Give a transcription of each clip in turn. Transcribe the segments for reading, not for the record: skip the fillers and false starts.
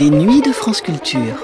Les nuits de France Culture.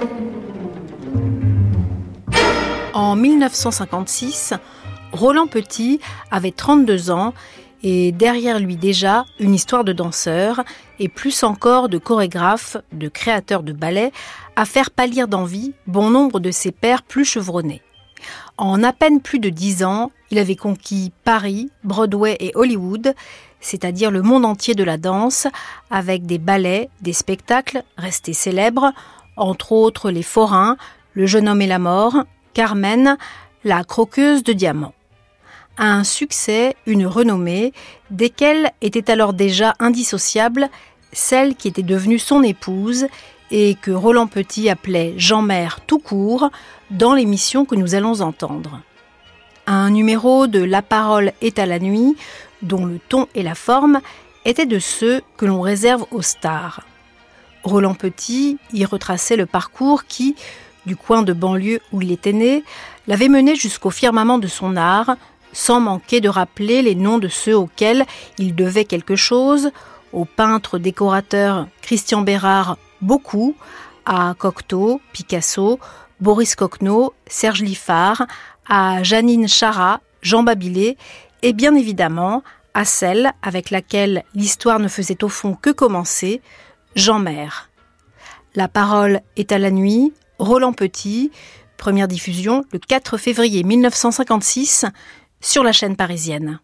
En 1956, Roland Petit avait 32 ans et derrière lui déjà une histoire de danseur et plus encore de chorégraphe, de créateur de ballet, à faire pâlir d'envie bon nombre de ses pairs plus chevronnés. En à peine plus de 10 ans, il avait conquis Paris, Broadway et Hollywood, c'est-à-dire le monde entier de la danse, avec des ballets, des spectacles restés célèbres, entre autres Les Forains, Le jeune homme et la mort, Carmen, La croqueuse de diamants. Un succès, une renommée, desquels était alors déjà indissociable celle qui était devenue son épouse et que Roland Petit appelait Jean-Mère tout court dans l'émission que nous allons entendre. Un numéro de La parole est à la nuit, dont le ton et la forme étaient de ceux que l'on réserve aux stars. Roland Petit y retraçait le parcours qui, du coin de banlieue où il était né, l'avait mené jusqu'au firmament de son art, sans manquer de rappeler les noms de ceux auxquels il devait quelque chose, au peintre décorateur Christian Bérard beaucoup, à Cocteau, Picasso, Boris Coquenot, Serge Liffard, à Janine Chara, Jean Babilé et bien évidemment à celle avec laquelle l'histoire ne faisait au fond que commencer, Jean-Mère. La parole est à la nuit, Roland Petit, première diffusion le 4 février 1956 sur la chaîne parisienne.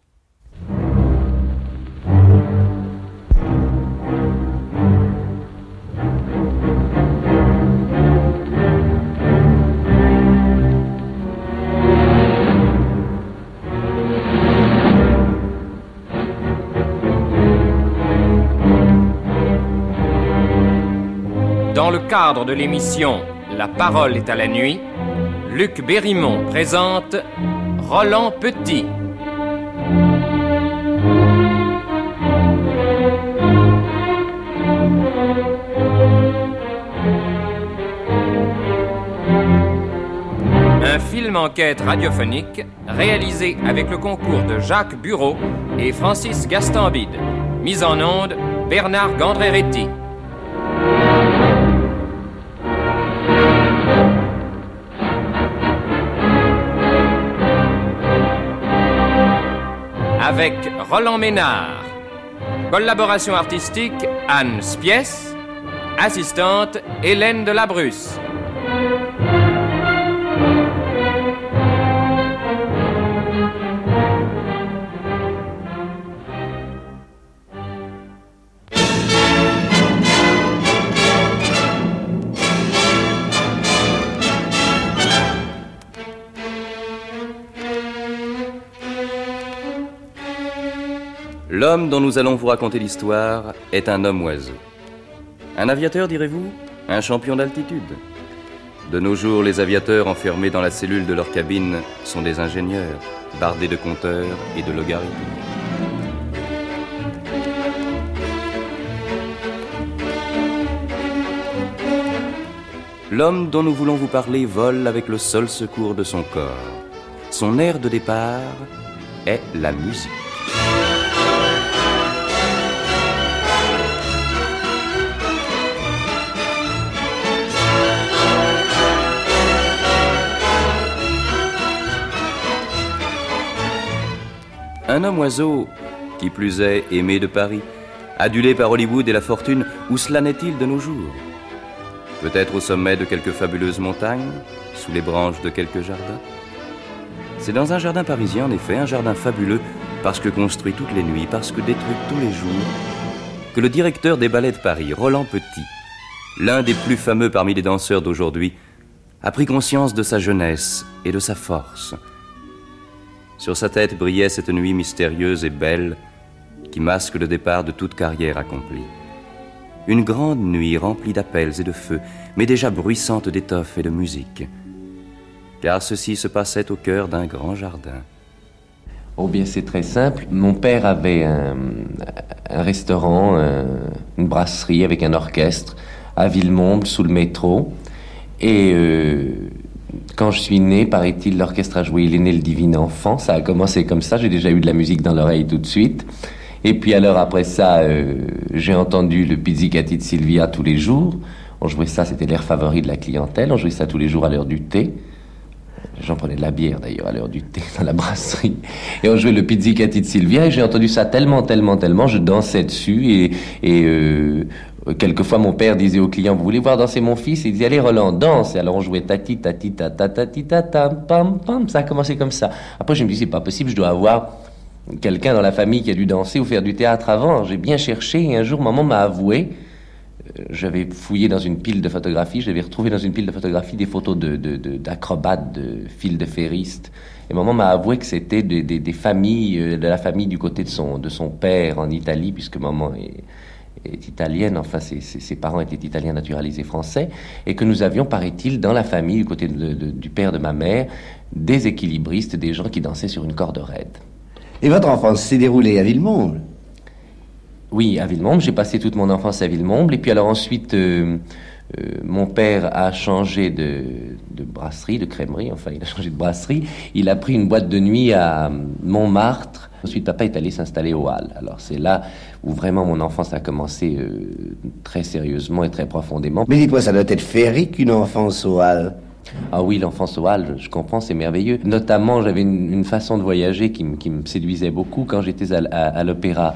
Dans le cadre de l'émission La parole est à la nuit, Luc Bérimont présente Roland Petit. Un film enquête radiophonique réalisé avec le concours de Jacques Bureau et Francis Gastambide. Mise en onde, Bernard Gandreretti. Avec Roland Ménard. Collaboration artistique, Anne Spiès. Assistante, Hélène de Labrusse. L'homme dont nous allons vous raconter l'histoire est un homme-oiseau. Un aviateur, direz-vous ? Un champion d'altitude. De nos jours, les aviateurs enfermés dans la cellule de leur cabine sont des ingénieurs, bardés de compteurs et de logarithmes. L'homme dont nous voulons vous parler vole avec le seul secours de son corps. Son aire de départ est la musique. Un homme-oiseau, qui plus est aimé de Paris, adulé par Hollywood et la fortune, où cela n'est-il de nos jours ? Peut-être au sommet de quelques fabuleuses montagnes, sous les branches de quelques jardins ? C'est dans un jardin parisien, en effet, un jardin fabuleux, parce que construit toutes les nuits, parce que détruit tous les jours, que le directeur des ballets de Paris, Roland Petit, l'un des plus fameux parmi les danseurs d'aujourd'hui, a pris conscience de sa jeunesse et de sa force. Sur sa tête brillait cette nuit mystérieuse et belle qui masque le départ de toute carrière accomplie. Une grande nuit remplie d'appels et de feux, mais déjà bruissante d'étoffes et de musique. Car ceci se passait au cœur d'un grand jardin. Oh bien, c'est très simple. Mon père avait un restaurant, une brasserie avec un orchestre à Villemomble, sous le métro. Et quand je suis né, paraît-il, l'orchestre a joué Il est né le divin enfant. Ça a commencé comme ça, j'ai déjà eu de la musique dans l'oreille tout de suite. Et puis alors après ça, j'ai entendu le Pizzicati de Sylvia tous les jours. On jouait ça, c'était l'air favori de la clientèle. On jouait ça tous les jours à l'heure du thé. Les gens prenaient de la bière d'ailleurs à l'heure du thé dans la brasserie. Et on jouait le Pizzicati de Sylvia et j'ai entendu ça tellement, je dansais dessus et quelquefois mon père disait aux clients, vous voulez voir danser mon fils? Et il disait, allez Roland, danse. Et alors on jouait tati tati tata tati tata pam pam. Ça a commencé comme ça. Après je me dis, c'est pas possible, je dois avoir quelqu'un dans la famille qui a dû danser ou faire du théâtre avant. J'ai bien cherché et un jour maman m'a avoué. J'avais fouillé dans une pile de photographies, j'avais retrouvé dans une pile de photographies des photos d'acrobates, de fil de ferristes. Et maman m'a avoué que c'était des familles, de la famille du côté de son père en Italie, puisque maman est italienne, enfin ses parents étaient italiens naturalisés français, et que nous avions, paraît-il, dans la famille, du côté du père de ma mère, des équilibristes, des gens qui dansaient sur une corde raide. Et votre enfance s'est déroulée à Villemomble? Oui, à Villemomble. J'ai passé toute mon enfance à Villemomble. Et puis alors ensuite, mon père a changé de brasserie, de crèmerie. Enfin, il a changé de brasserie. Il a pris une boîte de nuit à Montmartre. Ensuite, papa est allé s'installer aux Halles. Alors c'est là où vraiment mon enfance a commencé très sérieusement et très profondément. Mais dites-moi, ça doit être féerique une enfance aux Halles? Ah oui, l'enfance aux Halles, je comprends, c'est merveilleux. Notamment, j'avais une façon de voyager qui me séduisait beaucoup quand j'étais à l'opéra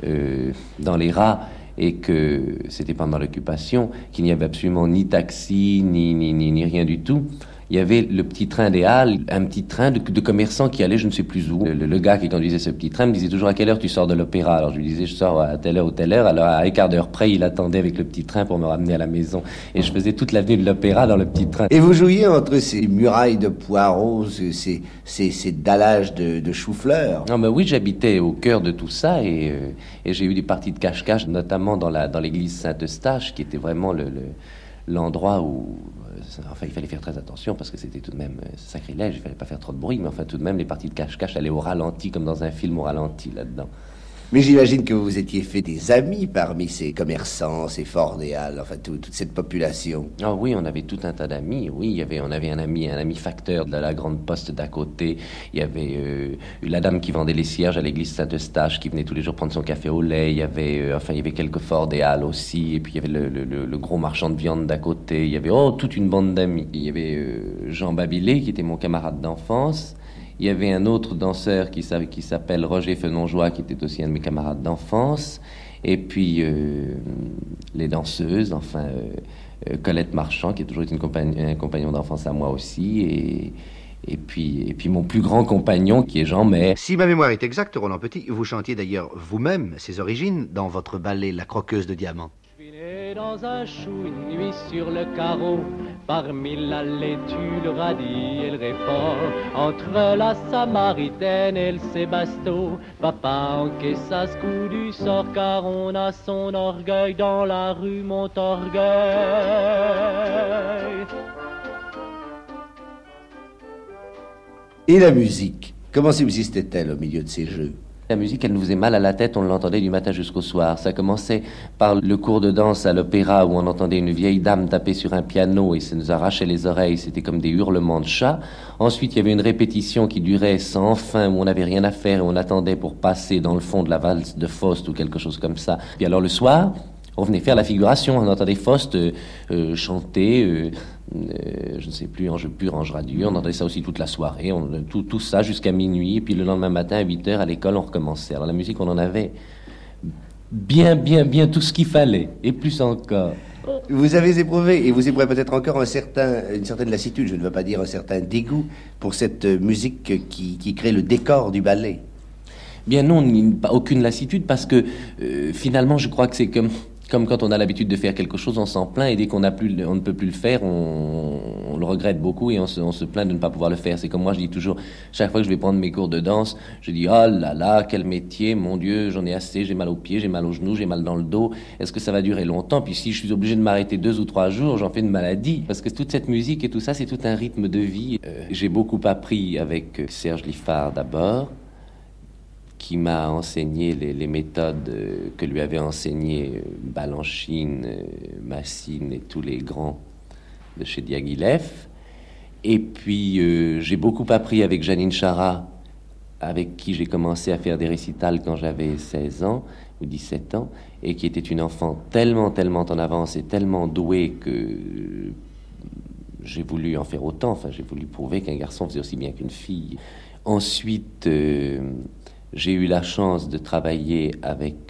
dans les rats et que c'était pendant l'occupation, qu'il n'y avait absolument ni taxi, ni rien du tout. Il y avait le petit train des Halles, un petit train de commerçants qui allait je ne sais plus où. Le gars qui conduisait ce petit train me disait toujours à quelle heure tu sors de l'opéra. Alors je lui disais je sors à telle heure ou telle heure. Alors à un quart d'heure près, il attendait avec le petit train pour me ramener à la maison. Et je faisais toute l'avenue de l'opéra dans le petit train. Et vous jouiez entre ces murailles de poireaux, ces dallages de choux-fleurs? Non, mais oui, j'habitais au cœur de tout ça et j'ai eu des parties de cache-cache, notamment dans l'église Saint-Eustache, qui était vraiment l'endroit où... Enfin, il fallait faire très attention parce que c'était tout de même sacrilège, il fallait pas faire trop de bruit, mais enfin tout de même les parties de cache-cache allaient au ralenti, comme dans un film au ralenti là-dedans. Mais j'imagine que vous étiez fait des amis parmi ces commerçants, ces forts des Halles, enfin toute cette population. Ah oui, on avait tout un tas d'amis. Oui, on avait un ami facteur de la grande poste d'à côté. Il y avait la dame qui vendait les cierges à l'église Saint-Eustache, qui venait tous les jours prendre son café au lait. Il y avait quelques forts des Halles aussi. Et puis il y avait le gros marchand de viande d'à côté. Il y avait toute une bande d'amis. Il y avait Jean Babilé, qui était mon camarade d'enfance. Il y avait un autre danseur qui s'appelle Roger Fenonjoie, qui était aussi un de mes camarades d'enfance. Et puis les danseuses, Colette Marchand, qui est toujours un compagnon d'enfance à moi aussi. Et puis mon plus grand compagnon, qui est Jean May. Si ma mémoire est exacte, Roland Petit, vous chantiez d'ailleurs vous-même ses origines dans votre ballet La Croqueuse de Diamants. Dans un chou, une nuit sur le carreau, parmi la laitue, le radis et le réfort, entre la Samaritaine et le Sébasto, papa encaissa ce coup du sort, car on a son orgueil dans la rue Montorgueil. Et la musique, comment subsistait-elle au milieu de ces jeux? La musique, elle nous faisait mal à la tête, on l'entendait du matin jusqu'au soir. Ça commençait par le cours de danse à l'opéra où on entendait une vieille dame taper sur un piano et ça nous arrachait les oreilles, c'était comme des hurlements de chat. Ensuite, il y avait une répétition qui durait sans fin, où on n'avait rien à faire et on attendait pour passer dans le fond de la valse de Faust ou quelque chose comme ça. Puis alors le soir, on venait faire la figuration, on entendait Faust chanter... je ne sais plus, Ange pur, Ange radieux, on entendait ça aussi toute la soirée, tout ça jusqu'à minuit, et puis le lendemain matin à 8h à l'école on recommençait. Alors la musique on en avait bien tout ce qu'il fallait, et plus encore. Vous avez éprouvé, et vous éprouvez peut-être encore une certaine lassitude, je ne veux pas dire un certain dégoût, pour cette musique qui crée le décor du ballet. Bien non, aucune lassitude, parce que finalement je crois que c'est comme quand on a l'habitude de faire quelque chose, on s'en plaint, et dès on ne peut plus le faire, on le regrette beaucoup et on se plaint de ne pas pouvoir le faire. C'est comme moi, je dis toujours, chaque fois que je vais prendre mes cours de danse, je dis, oh là là, quel métier, mon Dieu, j'en ai assez, j'ai mal aux pieds, j'ai mal aux genoux, j'ai mal dans le dos, est-ce que ça va durer longtemps? Puis si je suis obligé de m'arrêter 2 ou 3 jours, j'en fais une maladie, parce que toute cette musique et tout ça, c'est tout un rythme de vie. J'ai beaucoup appris avec Serge Liffard d'abord, qui m'a enseigné les méthodes que lui avaient enseignées Balanchine, Massine et tous les grands de chez Diaghilev. Et puis j'ai beaucoup appris avec Janine Chara, avec qui j'ai commencé à faire des récitals quand j'avais 16 ans ou 17 ans, et qui était une enfant tellement en avance et tellement douée que j'ai voulu en faire autant. Enfin, j'ai voulu prouver qu'un garçon faisait aussi bien qu'une fille. Ensuite, j'ai eu la chance de travailler avec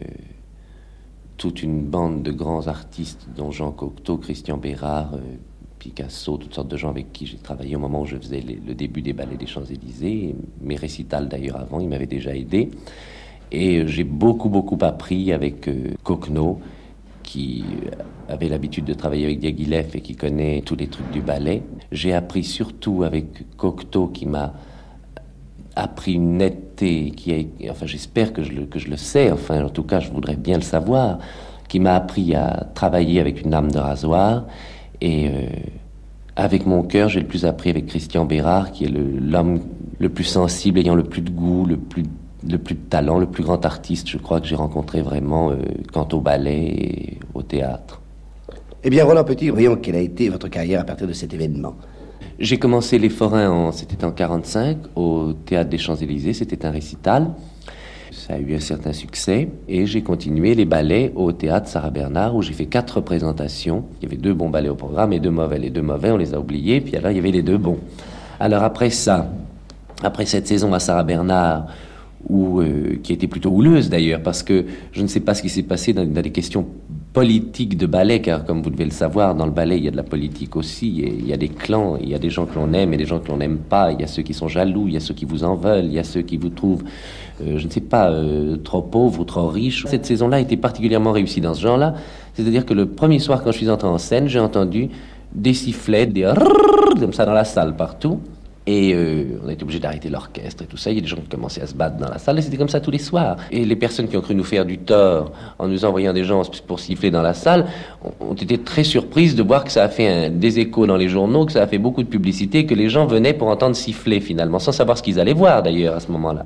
toute une bande de grands artistes, dont Jean Cocteau, Christian Bérard, Picasso, toutes sortes de gens avec qui j'ai travaillé au moment où je faisais le début des ballets des Champs-Élysées. Mes récitals d'ailleurs avant, ils m'avaient déjà aidé. Et j'ai beaucoup appris avec Cocteau, qui avait l'habitude de travailler avec Diaghilev et qui connaît tous les trucs du ballet. J'ai appris surtout avec Cocteau, qui m'a appris une netteté, enfin j'espère que je le sais, enfin en tout cas je voudrais bien le savoir, qui m'a appris à travailler avec une lame de rasoir. Et avec mon cœur, j'ai le plus appris avec Christian Bérard, qui est l'homme le plus sensible, ayant le plus de goût, le plus de talent, le plus grand artiste, je crois, que j'ai rencontré vraiment quant au ballet et au théâtre. Eh bien, Roland Petit, voyons quelle a été votre carrière à partir de cet événement. J'ai commencé Les Forains, c'était en 45, au Théâtre des Champs-Élysées, c'était un récital. Ça a eu un certain succès, et j'ai continué les ballets au Théâtre Sarah Bernard, où j'ai fait 4 représentations. Il y avait 2 bons ballets au programme et 2 mauvais. Les 2 mauvais, on les a oubliés, puis alors il y avait les 2 bons. Alors après cette saison à Sarah Bernard, qui était plutôt houleuse d'ailleurs, parce que je ne sais pas ce qui s'est passé dans des questions politiques de ballet, car comme vous devez le savoir, dans le ballet, il y a de la politique aussi, et il y a des clans, il y a des gens que l'on aime et des gens que l'on n'aime pas, il y a ceux qui sont jaloux, il y a ceux qui vous en veulent, il y a ceux qui vous trouvent, je ne sais pas, trop pauvres ou trop riches. Cette saison-là était particulièrement réussie dans ce genre-là, c'est-à-dire que le premier soir, quand je suis entré en scène, j'ai entendu des sifflets, des rrrr, comme ça dans la salle partout. Et on a été obligé d'arrêter l'orchestre et tout ça. Il y a des gens qui commençaient à se battre dans la salle, et c'était comme ça tous les soirs. Et les personnes qui ont cru nous faire du tort en nous envoyant des gens pour siffler dans la salle ont été très surprises de voir que ça a fait des échos dans les journaux, que ça a fait beaucoup de publicité, que les gens venaient pour entendre siffler finalement, sans savoir ce qu'ils allaient voir d'ailleurs à ce moment-là.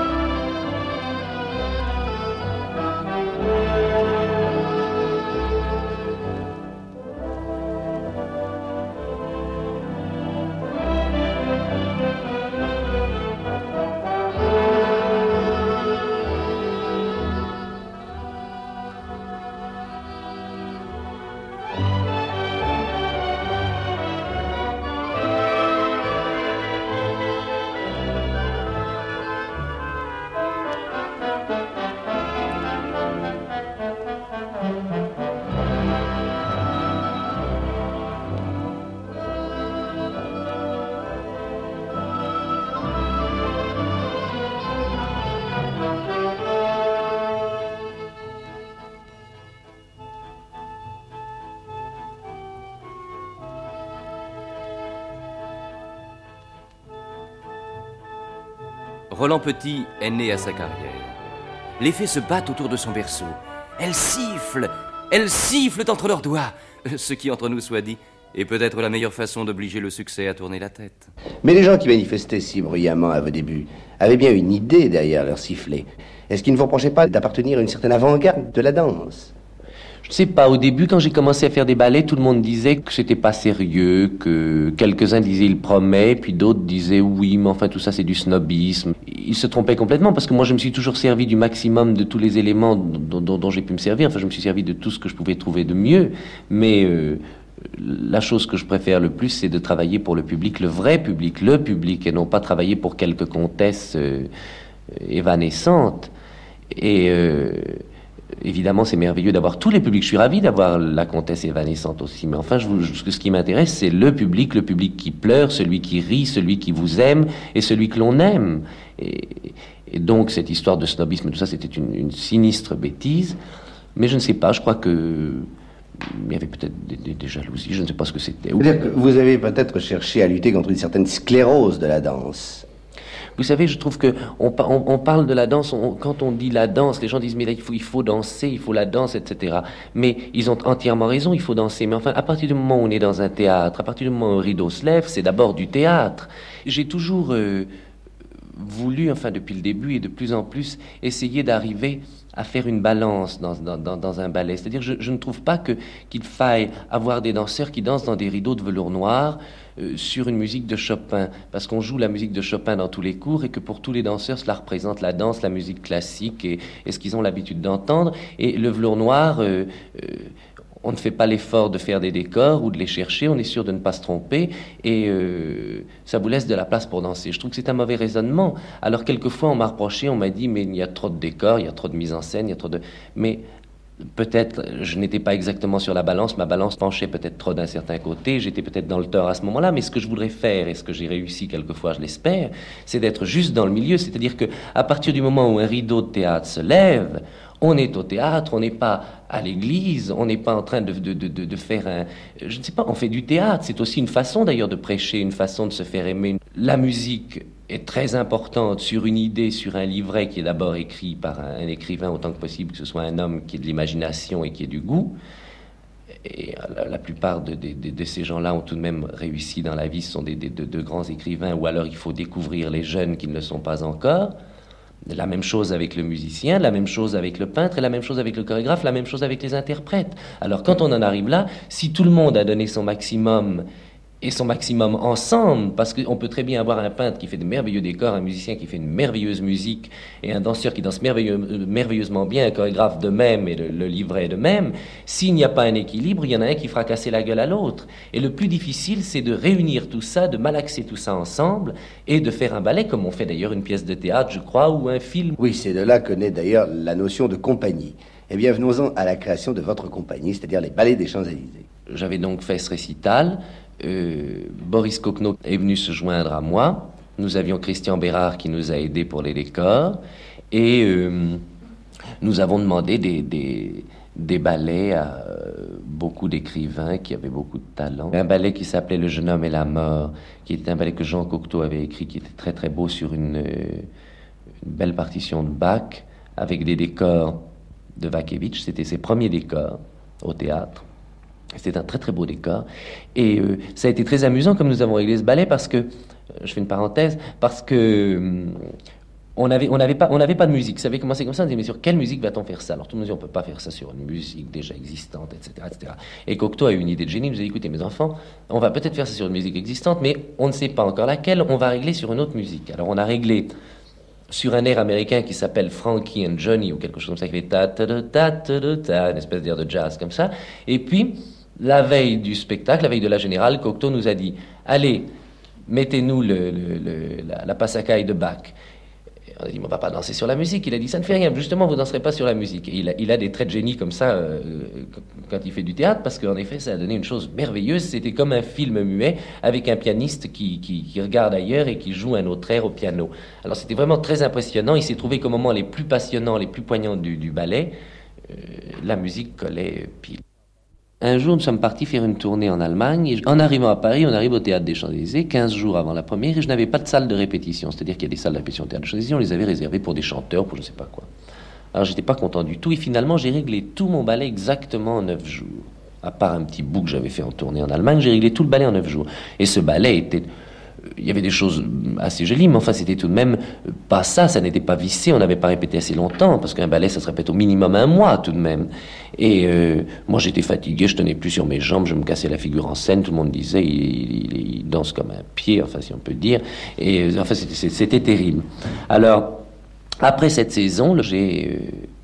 Roland Petit est né à sa carrière. Les fées se battent autour de son berceau. Elles sifflent entre leurs doigts. Ce qui, entre nous soit dit, est peut-être la meilleure façon d'obliger le succès à tourner la tête. Mais les gens qui manifestaient si bruyamment à vos débuts avaient bien une idée derrière leur sifflet. Est-ce qu'ils ne vous reprochaient pas d'appartenir à une certaine avant-garde de la danse ? Je sais pas, au début, quand j'ai commencé à faire des ballets, tout le monde disait que c'était pas sérieux, que quelques-uns disaient il promet, puis d'autres disaient oui, mais enfin tout ça c'est du snobisme. Ils se trompaient complètement, parce que moi je me suis toujours servi du maximum de tous les éléments dont j'ai pu me servir. Enfin, je me suis servi de tout ce que je pouvais trouver de mieux, mais la chose que je préfère le plus, c'est de travailler pour le public, le vrai public, le public, et non pas travailler pour quelques comtesses évanescentes. Et évidemment, c'est merveilleux d'avoir tous les publics. Je suis ravi d'avoir la comtesse évanescente aussi. Mais enfin, ce qui m'intéresse, c'est le public qui pleure, celui qui rit, celui qui vous aime et celui que l'on aime. Et donc, cette histoire de snobisme, tout ça, c'était une sinistre bêtise. Mais je ne sais pas, je crois que il y avait peut-être des jalousies, je ne sais pas ce que c'était. C'est-à-dire que vous avez peut-être cherché à lutter contre une certaine sclérose de la danse. Vous savez, je trouve que on parle de la danse, quand on dit la danse, les gens disent mais là, il faut danser, il faut la danse, etc. Mais ils ont entièrement raison, il faut danser. Mais enfin, à partir du moment où on est dans un théâtre, à partir du moment où le rideau se lève, c'est d'abord du théâtre. J'ai toujours voulu, enfin depuis le début et de plus en plus, essayer d'arriver à faire une balance dans un ballet. C'est-à-dire, je ne trouve pas qu'il faille avoir des danseurs qui dansent dans des rideaux de velours noir sur une musique de Chopin, parce qu'on joue la musique de Chopin dans tous les cours et que pour tous les danseurs, cela représente la danse, la musique classique et ce qu'ils ont l'habitude d'entendre. Et le velours noir... on ne fait pas l'effort de faire des décors ou de les chercher, on est sûr de ne pas se tromper et ça vous laisse de la place pour danser. Je trouve que c'est un mauvais raisonnement. Alors quelquefois on m'a reproché, on m'a dit mais il y a trop de décors, il y a trop de mise en scène, il y a trop de... Mais peut-être je n'étais pas exactement sur la balance, ma balance penchait peut-être trop d'un certain côté, j'étais peut-être dans le tort à ce moment-là, mais ce que je voudrais faire et ce que j'ai réussi quelquefois, je l'espère, c'est d'être juste dans le milieu, c'est-à-dire que à partir du moment où un rideau de théâtre se lève, on est au théâtre, on n'est pas à l'église, on n'est pas en train de faire un... Je ne sais pas, on fait du théâtre. C'est aussi une façon d'ailleurs de prêcher, une façon de se faire aimer. La musique est très importante sur une idée, sur un livret qui est d'abord écrit par un écrivain autant que possible, que ce soit un homme qui ait de l'imagination et qui ait du goût. Et la plupart de ces gens-là ont tout de même réussi dans la vie, ce sont de grands écrivains, ou alors il faut découvrir les jeunes qui ne le sont pas encore. La même chose avec le musicien, la même chose avec le peintre, et la même chose avec le chorégraphe, la même chose avec les interprètes. Alors quand on en arrive là, si tout le monde a donné son maximum, et son maximum ensemble, parce qu'on peut très bien avoir un peintre qui fait de merveilleux décors, un musicien qui fait une merveilleuse musique, et un danseur qui danse merveilleusement bien, un chorégraphe de même, et le livret de même. S'il n'y a pas un équilibre, il y en a un qui fera casser la gueule à l'autre. Et le plus difficile, c'est de réunir tout ça, de malaxer tout ça ensemble, et de faire un ballet, comme on fait d'ailleurs une pièce de théâtre, je crois, ou un film. Oui, c'est de là que naît d'ailleurs la notion de compagnie. Eh bien, venons-en à la création de votre compagnie, c'est-à-dire les ballets des Champs-Élysées. J'avais donc fait ce récital. Boris Cocteau est venu se joindre à moi. Nous avions Christian Bérard qui nous a aidés pour les décors. Et nous avons demandé des ballets à beaucoup d'écrivains qui avaient beaucoup de talent. Un ballet qui s'appelait Le jeune homme et la mort, qui était un ballet que Jean Cocteau avait écrit, qui était très très beau sur une belle partition de Bach, avec des décors de Vaquevitch. C'était ses premiers décors au théâtre. C'était un très très beau décor. Et ça a été très amusant comme nous avons réglé ce ballet parce que, je fais une parenthèse, parce que on n'avait pas de musique. Ça avait commencé comme ça, on disait mais sur quelle musique va-t-on faire ça? Alors tout le monde dit on ne peut pas faire ça sur une musique déjà existante, etc. etc. Et Cocteau a eu une idée de génie, il nous a dit écoutez mes enfants, on va peut-être faire ça sur une musique existante, mais on ne sait pas encore laquelle, on va régler sur une autre musique. Alors on a réglé sur un air américain qui s'appelle Frankie and Johnny ou quelque chose comme ça, qui fait ta, une espèce d'air de jazz comme ça. Et puis la veille du spectacle, la veille de la Générale, Cocteau nous a dit allez, mettez-nous la Passacaille de Bach. Et on a dit mais on va pas danser sur la musique. Il a dit ça ne fait rien, justement vous danserez pas sur la musique. Et il a des traits de génie comme ça quand il fait du théâtre, parce qu'en effet ça a donné une chose merveilleuse. C'était comme un film muet avec un pianiste qui regarde ailleurs et qui joue un autre air au piano. Alors c'était vraiment très impressionnant. Il s'est trouvé qu'au moment les plus passionnants, les plus poignants du ballet, la musique collait pile. Un jour, nous sommes partis faire une tournée en Allemagne. Et en arrivant à Paris, on arrive au Théâtre des Champs-Élysées, 15 jours avant la première, et je n'avais pas de salle de répétition. C'est-à-dire qu'il y a des salles de répétition au Théâtre des Champs-Élysées, on les avait réservées pour des chanteurs, pour je ne sais pas quoi. Alors, j'étais pas content du tout, et finalement, j'ai réglé tout mon ballet exactement en 9 jours. À part un petit bout que j'avais fait en tournée en Allemagne, j'ai réglé tout le ballet en 9 jours. Et ce ballet était... Il y avait des choses assez jolies, mais enfin, c'était tout de même pas ça n'était pas vissé, on n'avait pas répété assez longtemps, parce qu'un ballet, ça se répète au minimum 1 mois, tout de même. Et moi, j'étais fatigué, je tenais plus sur mes jambes, je me cassais la figure en scène, tout le monde disait, il danse comme un pied, enfin, si on peut dire. Et enfin, c'était terrible. Alors, après cette saison, j'ai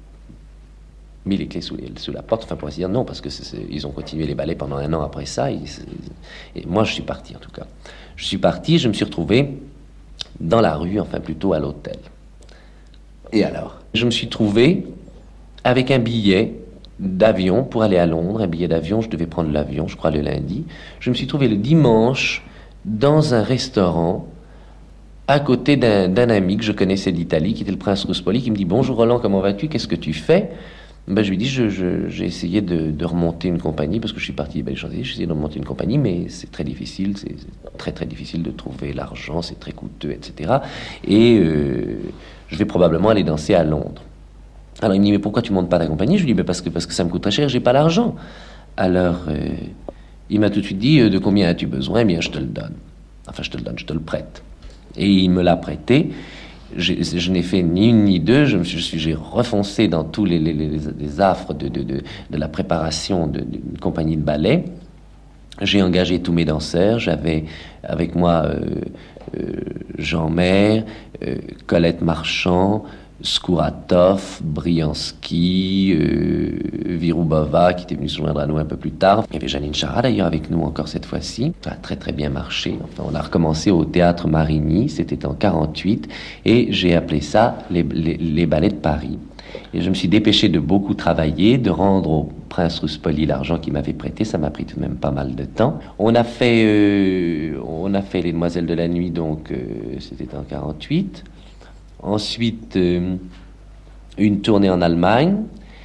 mis les clés sous la porte, enfin, pour ainsi dire, non, parce que ils ont continué les ballets pendant 1 an après ça, et moi, je suis parti, en tout cas. Je suis parti, je me suis retrouvé dans la rue, enfin plutôt à l'hôtel. Et alors? Je me suis trouvé avec un billet d'avion pour aller à Londres, un billet d'avion, je devais prendre l'avion, je crois le lundi. Je me suis trouvé le dimanche dans un restaurant à côté d'un ami que je connaissais d'Italie, qui était le prince Ruspoli, qui me dit « Bonjour Roland, comment vas-tu? Qu'est-ce que tu fais ?» Ben, je lui dis, j'ai essayé de remonter une compagnie, parce que je suis parti des Ballets Champs-Élysées, j'ai essayé de remonter une compagnie, mais c'est très difficile, c'est très très difficile de trouver l'argent, c'est très coûteux, etc. Et je vais probablement aller danser à Londres. Alors il me dit, mais pourquoi tu montes pas ta compagnie? Je lui dis, parce que ça me coûte très cher, j'ai pas l'argent. Alors il m'a tout de suite dit, de combien as-tu besoin? Eh bien, je te le donne. Enfin, je te le donne, je te le prête. Et il me l'a prêté. je n'ai fait ni une ni deux, j'ai refoncé dans tous les affres de la préparation d'une compagnie de ballet. J'ai engagé tous mes danseurs, j'avais avec moi Jean Maire, Colette Marchand, Skouratov, Briansky, Virubova qui était venu se joindre à nous un peu plus tard. Il y avait Janine Chara d'ailleurs avec nous encore cette fois-ci. Ça a très très bien marché. Enfin, on a recommencé au théâtre Marigny, c'était en 48 et j'ai appelé ça les ballets de Paris. Et je me suis dépêché de beaucoup travailler, de rendre au prince Ruspoli l'argent qu'il m'avait prêté. Ça m'a pris tout de même pas mal de temps. On a fait Les Demoiselles de la Nuit, donc c'était en 48. Ensuite, une tournée en Allemagne.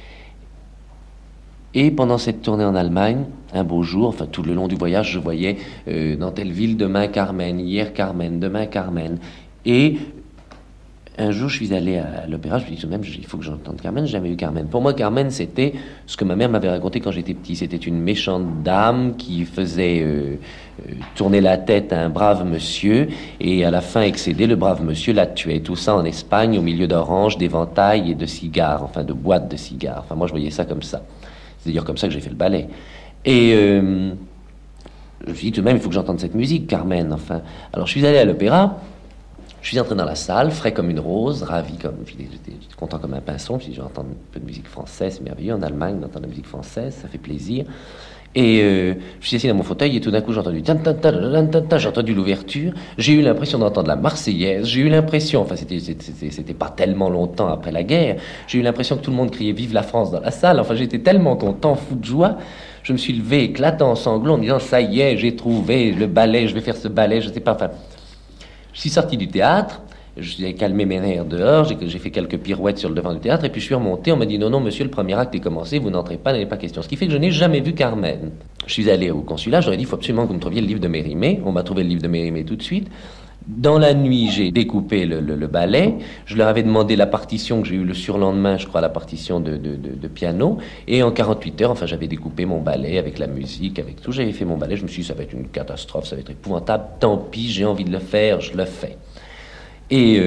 Et pendant cette tournée en Allemagne, un beau jour, enfin tout le long du voyage, je voyais dans telle ville, demain Carmen, hier Carmen, demain Carmen. Et un jour, je suis allé à l'opéra, je me suis dit, même, il faut que j'entende Carmen, j'ai jamais eu Carmen. Pour moi, Carmen, c'était ce que ma mère m'avait raconté quand j'étais petit. C'était une méchante dame qui faisait tourner la tête à un brave monsieur, et à la fin, excédé, le brave monsieur la tuait. Tout ça en Espagne, au milieu d'oranges, d'éventails et de cigares, enfin de boîtes de cigares. Enfin, moi, je voyais ça comme ça. C'est d'ailleurs comme ça que j'ai fait le ballet. Et je me suis dit, tout de même, il faut que j'entende cette musique, Carmen. Enfin, alors, je suis allé à l'opéra. Je suis entré dans la salle, frais comme une rose, ravi comme... J'étais content comme un pinson. Je me suis dit, je vais entendre un peu de musique française, c'est merveilleux. En Allemagne, d'entendre de la musique française, ça fait plaisir. Et je suis assis dans mon fauteuil et tout d'un coup, j'ai entendu... J'ai entendu l'ouverture. J'ai eu l'impression d'entendre la Marseillaise. J'ai eu l'impression... Enfin, c'était pas tellement longtemps après la guerre. J'ai eu l'impression que tout le monde criait « Vive la France » dans la salle. Enfin, j'étais tellement content, fou de joie. Je me suis levé, éclatant en sanglots, en me disant « Ça y est, j'ai trouvé le ballet, je vais faire ce ballet. » Je sais pas, enfin... Je suis sorti du théâtre, j'ai calmé mes nerfs dehors, j'ai fait quelques pirouettes sur le devant du théâtre, et puis je suis remonté, on m'a dit non, monsieur, le premier acte est commencé, vous n'entrez pas, n'avez pas question. Ce qui fait que je n'ai jamais vu Carmen. Je suis allé au consulat, j'aurais dit, il faut absolument que vous me trouviez le livre de Mérimée. On m'a trouvé le livre de Mérimée tout de suite. Dans la nuit, j'ai découpé le ballet. Je leur avais demandé la partition que j'ai eue le surlendemain, je crois, la partition de piano. Et en 48 heures, enfin, j'avais découpé mon ballet avec la musique, avec tout. J'avais fait mon ballet. Je me suis dit, ça va être une catastrophe, ça va être épouvantable. Tant pis, j'ai envie de le faire, je le fais. Et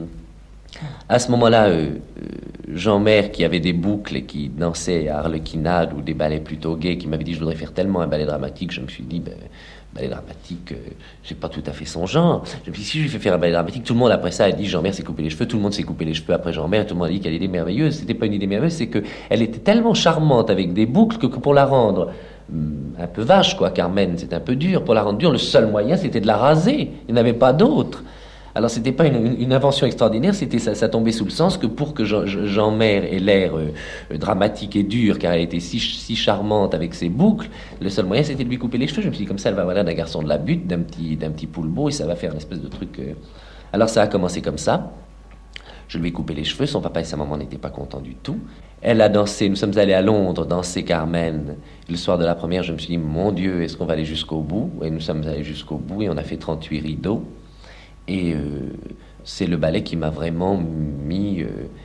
à ce moment-là, Jean Maire, qui avait des boucles et qui dansait à Harlequinade ou des ballets plutôt gais, qui m'avait dit, je voudrais faire tellement un ballet dramatique, je me suis dit, ballet dramatique, c'est pas tout à fait son genre. Je me suis dit, si je lui fais faire un ballet dramatique, tout le monde après ça a dit Jean Maire s'est coupé les cheveux, tout le monde s'est coupé les cheveux après Jean Maire, tout le monde a dit qu'elle était merveilleuse. C'était pas une idée merveilleuse, c'est qu'elle était tellement charmante avec des boucles que pour la rendre un peu vache, quoi, Carmen, c'est un peu dur. Pour la rendre dure, le seul moyen, c'était de la raser. Il n'y en avait pas d'autre. Alors, c'était pas une invention extraordinaire, c'était ça tombait sous le sens que pour que Jean Maire ait l'air dramatique et dur, car elle était si charmante avec ses boucles, le seul moyen, c'était de lui couper les cheveux. Je me suis dit, comme ça, elle va avoir l'air d'un garçon de la butte, d'un petit poule beau, et ça va faire une espèce de truc... Alors, ça a commencé comme ça. Je lui ai coupé les cheveux, son papa et sa maman n'étaient pas contents du tout. Elle a dansé, nous sommes allés à Londres danser Carmen. Le soir de la première, je me suis dit, mon Dieu, est-ce qu'on va aller jusqu'au bout? Et nous sommes allés jusqu'au bout, et on a fait 38 rideaux. Et c'est le ballet qui m'a vraiment mis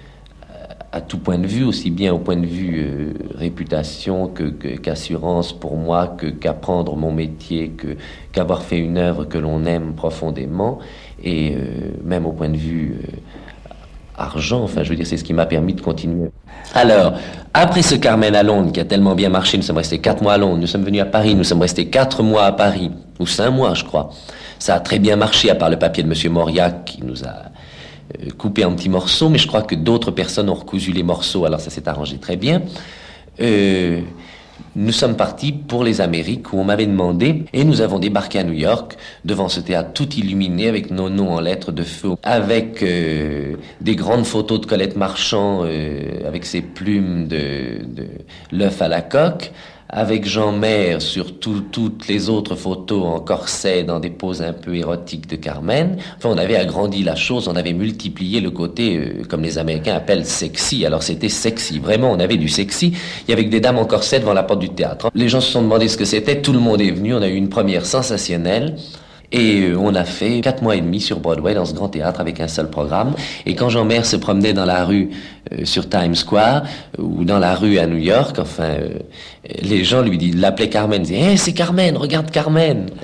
à tout point de vue, aussi bien au point de vue réputation qu'assurance pour moi, qu'apprendre mon métier, qu'avoir fait une œuvre que l'on aime profondément, et même au point de vue argent, enfin je veux dire, c'est ce qui m'a permis de continuer. Alors, après ce Carmen à Londres qui a tellement bien marché, nous sommes restés 4 mois à Londres, nous sommes venus à Paris, nous sommes restés 4 mois à Paris, ou 5 mois je crois. Ça a très bien marché, à part le papier de Monsieur Mauriac qui nous a coupé en petits morceaux, mais je crois que d'autres personnes ont recousu les morceaux, alors ça s'est arrangé très bien. Nous sommes partis pour les Amériques où on m'avait demandé, et nous avons débarqué à New York devant ce théâtre tout illuminé avec nos noms en lettres de feu, avec des grandes photos de Colette Marchand avec ses plumes de l'œuf à la coque, avec Jean Maire sur toutes les autres photos en corset dans des poses un peu érotiques de Carmen. Enfin, on avait agrandi la chose, on avait multiplié le côté, comme les Américains appellent sexy. Alors c'était sexy, vraiment, on avait du sexy. Il y avait des dames en corset devant la porte du théâtre. Les gens se sont demandé ce que c'était, tout le monde est venu, on a eu une première sensationnelle. Et on a fait 4 mois et demi sur Broadway dans ce grand théâtre avec un seul programme. Et quand Jean Maire se promenait dans la rue sur Times Square ou dans la rue à New York, enfin, les gens l'appelaient Carmen, disaient « Hey, c'est Carmen, regarde Carmen !»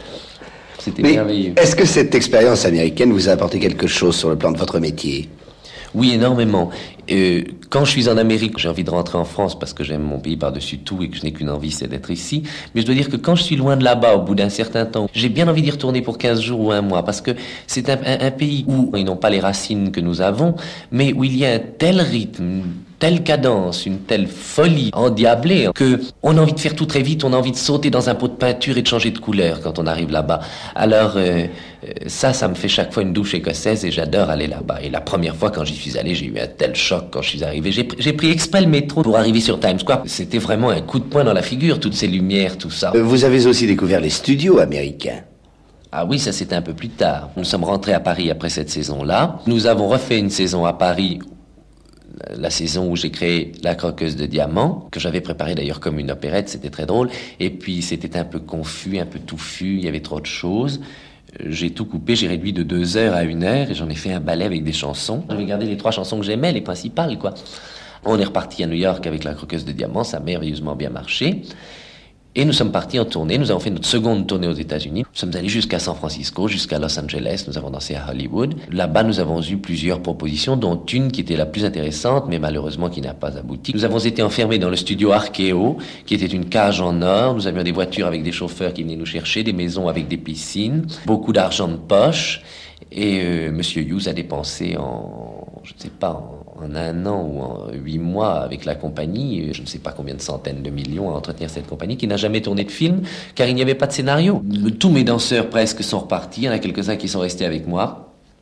C'était Mais merveilleux. est-ce que cette expérience américaine vous a apporté quelque chose sur le plan de votre métier? Oui, énormément. Quand je suis en Amérique, j'ai envie de rentrer en France parce que j'aime mon pays par-dessus tout et que je n'ai qu'une envie, c'est d'être ici. Mais je dois dire que quand je suis loin de là-bas, au bout d'un certain temps, j'ai bien envie d'y retourner pour 15 jours ou un mois parce que c'est un pays où ils n'ont pas les racines que nous avons, mais où il y a un tel rythme, telle cadence, une telle folie endiablée que on a envie de faire tout très vite, on a envie de sauter dans un pot de peinture et de changer de couleur quand on arrive là-bas. Alors ça me fait chaque fois une douche écossaise et j'adore aller là-bas. Et la première fois quand j'y suis allé, j'ai eu un tel choc quand je suis arrivé. J'ai pris exprès le métro pour arriver sur Times Square. C'était vraiment un coup de poing dans la figure, toutes ces lumières, tout ça. Vous avez aussi découvert les studios américains. Ah oui, ça c'était un peu plus tard. Nous sommes rentrés à Paris après cette saison-là. Nous avons refait une saison à Paris, la saison où j'ai créé La Croqueuse de Diamants, que j'avais préparée d'ailleurs comme une opérette, c'était très drôle. Et puis c'était un peu confus, un peu touffu, il y avait trop de choses. J'ai tout coupé, j'ai réduit de 2 heures à 1 heure et j'en ai fait un ballet avec des chansons. J'avais gardé les 3 chansons que j'aimais, les principales, quoi. On est reparti à New York avec La Croqueuse de Diamants, ça a merveilleusement bien marché. Et nous sommes partis en tournée, nous avons fait notre seconde tournée aux États-Unis. Nous sommes allés jusqu'à San Francisco, jusqu'à Los Angeles, nous avons dansé à Hollywood. Là-bas, nous avons eu plusieurs propositions, dont une qui était la plus intéressante, mais malheureusement qui n'a pas abouti. Nous avons été enfermés dans le studio Arkeo, qui était une cage en or. Nous avions des voitures avec des chauffeurs qui venaient nous chercher, des maisons avec des piscines, beaucoup d'argent de poche. Et Monsieur Hughes a dépensé je ne sais pas, en 1 an ou en 8 mois avec la compagnie, je ne sais pas combien de centaines de millions à entretenir cette compagnie qui n'a jamais tourné de film car il n'y avait pas de scénario. Tous mes danseurs presque sont repartis, il y en a quelques-uns qui sont restés avec moi.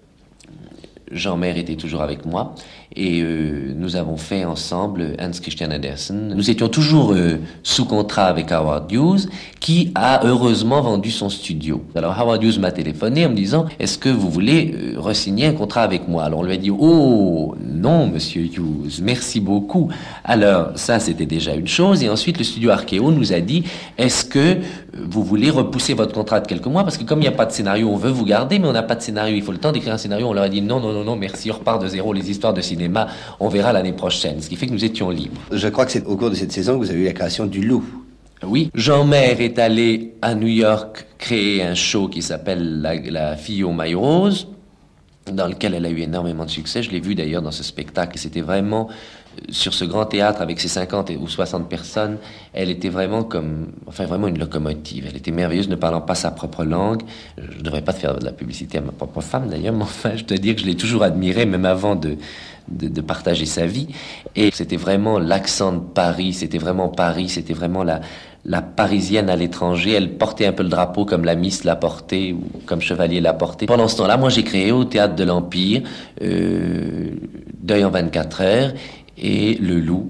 Jean Maire était toujours avec moi et nous avons fait ensemble Hans Christian Andersen. Nous étions toujours sous contrat avec Howard Hughes qui a heureusement vendu son studio. Alors Howard Hughes m'a téléphoné en me disant « Est-ce que vous voulez re-signer un contrat avec moi ?» Alors on lui a dit « Oh non, monsieur Hughes, merci beaucoup. » Alors ça c'était déjà une chose et ensuite le studio Arkeo nous a dit « Est-ce que vous voulez repousser votre contrat de quelques mois parce que comme il n'y a pas de scénario, on veut vous garder mais on n'a pas de scénario, il faut le temps d'écrire un scénario. » On leur a dit « Non, merci, on repart de zéro, les histoires de cinéma, on verra l'année prochaine. » Ce qui fait que nous étions libres. Je crois que c'est au cours de cette saison que vous avez eu la création du Loup. Oui, Jean Maire est allé à New York créer un show qui s'appelle La fille au maillot rose, dans lequel elle a eu énormément de succès. Je l'ai vu d'ailleurs dans ce spectacle. C'était vraiment, sur ce grand théâtre avec ses 50 ou 60 personnes, elle était vraiment vraiment une locomotive. Elle était merveilleuse, ne parlant pas sa propre langue. Je ne devrais pas faire de la publicité à ma propre femme d'ailleurs, mais enfin, je dois dire que je l'ai toujours admirée, même avant de partager sa vie. Et c'était vraiment l'accent de Paris, c'était vraiment Paris, c'était vraiment la Parisienne à l'étranger. Elle portait un peu le drapeau comme la Miss l'a porté ou comme Chevalier l'a porté. Pendant ce temps-là, moi j'ai créé au Théâtre de l'Empire Deuil en 24 heures et Le Loup.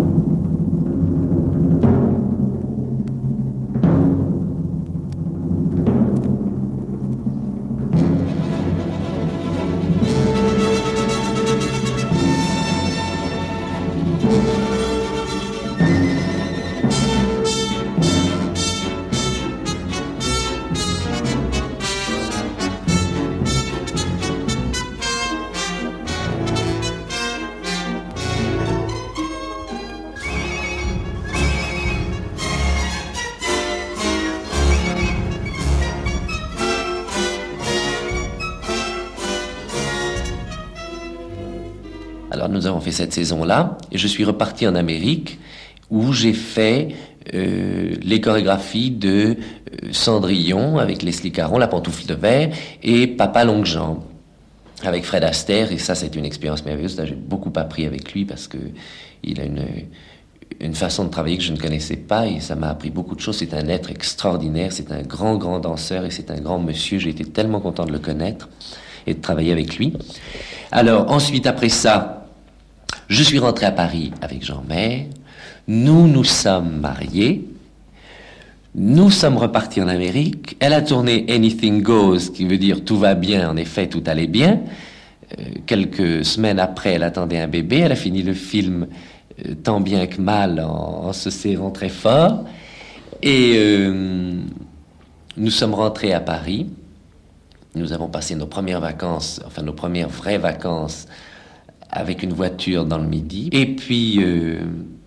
Alors nous avons fait cette saison-là et je suis reparti en Amérique où j'ai fait les chorégraphies de Cendrillon avec Leslie Caron, La pantoufle de verre et Papa longue jambe avec Fred Astaire. Et ça c'est une expérience merveilleuse. Là j'ai beaucoup appris avec lui parce que il a une façon de travailler que je ne connaissais pas et ça m'a appris beaucoup de choses. C'est un être extraordinaire, c'est un grand danseur et c'est un grand monsieur. J'ai été tellement content de le connaître et de travailler avec lui. Alors ensuite après ça, je suis rentré à Paris avec Jean Maire, nous sommes mariés, nous sommes repartis en Amérique, elle a tourné Anything Goes, qui veut dire tout va bien, en effet tout allait bien. Quelques semaines après, elle attendait un bébé, elle a fini le film tant bien que mal en se serrant très fort, et nous sommes rentrés à Paris, nous avons passé nos premières vacances, enfin nos premières vraies vacances, avec une voiture dans le Midi. Et puis,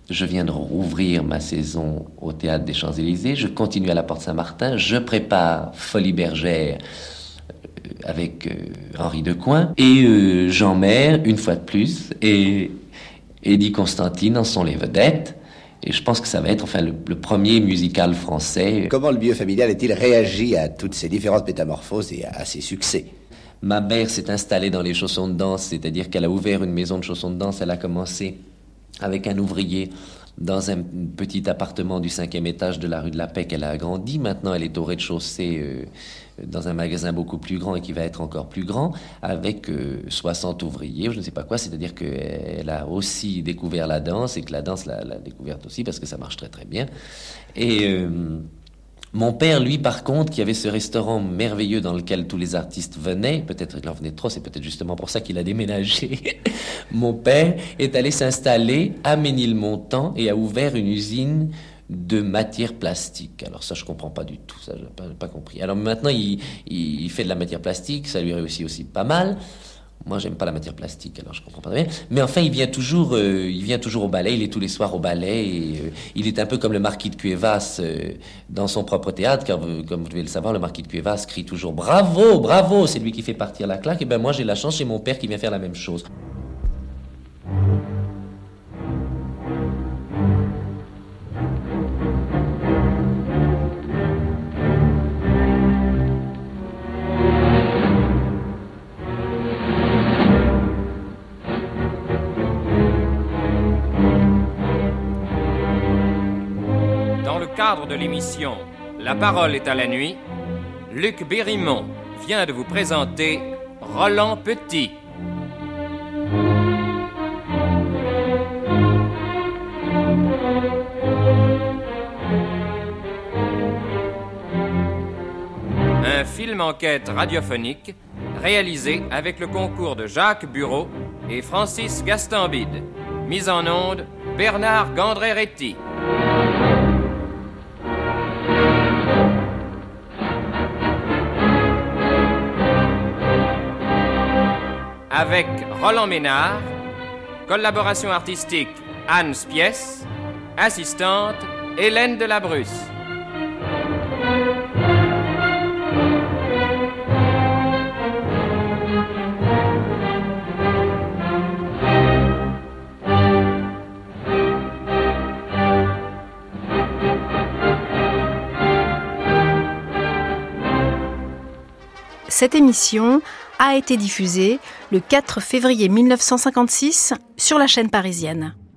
Je viens de rouvrir ma saison au Théâtre des Champs-Élysées. Je continue à la Porte Saint-Martin. Je prépare Folies Bergère avec Henri Decoing. Et Jean Maire, une fois de plus, et Eddie Constantine en sont les vedettes. Et je pense que ça va être le premier musical français. Comment le milieu familial a-t-il réagi à toutes ces différentes métamorphoses et à ces succès? Ma mère s'est installée dans les chaussons de danse, c'est-à-dire qu'elle a ouvert une maison de chaussons de danse. Elle a commencé avec un ouvrier dans un petit appartement du 5e étage de la rue de la Paix qu'elle a agrandi. Maintenant, elle est au rez-de-chaussée dans un magasin beaucoup plus grand et qui va être encore plus grand, avec 60 ouvriers, je ne sais pas quoi. C'est-à-dire qu'elle a aussi découvert la danse et que la danse l'a découverte aussi parce que ça marche très très bien. Et mon père, lui, par contre, qui avait ce restaurant merveilleux dans lequel tous les artistes venaient, peut-être qu'il en venait trop, c'est peut-être justement pour ça qu'il a déménagé. Mon père est allé s'installer à Ménilmontant et a ouvert une usine de matière plastique. Alors ça, je comprends pas du tout, ça, j'ai pas compris. Alors maintenant, il fait de la matière plastique, ça lui réussit aussi pas mal. Moi, j'aime pas la matière plastique, alors je comprends pas bien. Mais enfin, il vient toujours au ballet. Il est tous les soirs au ballet. Et, il est un peu comme le marquis de Cuevas dans son propre théâtre, car comme vous devez le savoir, le marquis de Cuevas crie toujours « Bravo, bravo !» C'est lui qui fait partir la claque. Et ben moi, j'ai la chance, j'ai mon père qui vient faire la même chose. Cadre de l'émission La parole est à la nuit, Luc Bérimont vient de vous présenter Roland Petit. Un film enquête radiophonique réalisé avec le concours de Jacques Bureau et Francis Gastambide. Mise en onde, Bernard Gandré-Réty. Avec Roland Ménard, collaboration artistique Anne Spiess, assistante Hélène Delabrusse. Cette émission a été diffusée le 4 février 1956 sur la chaîne parisienne.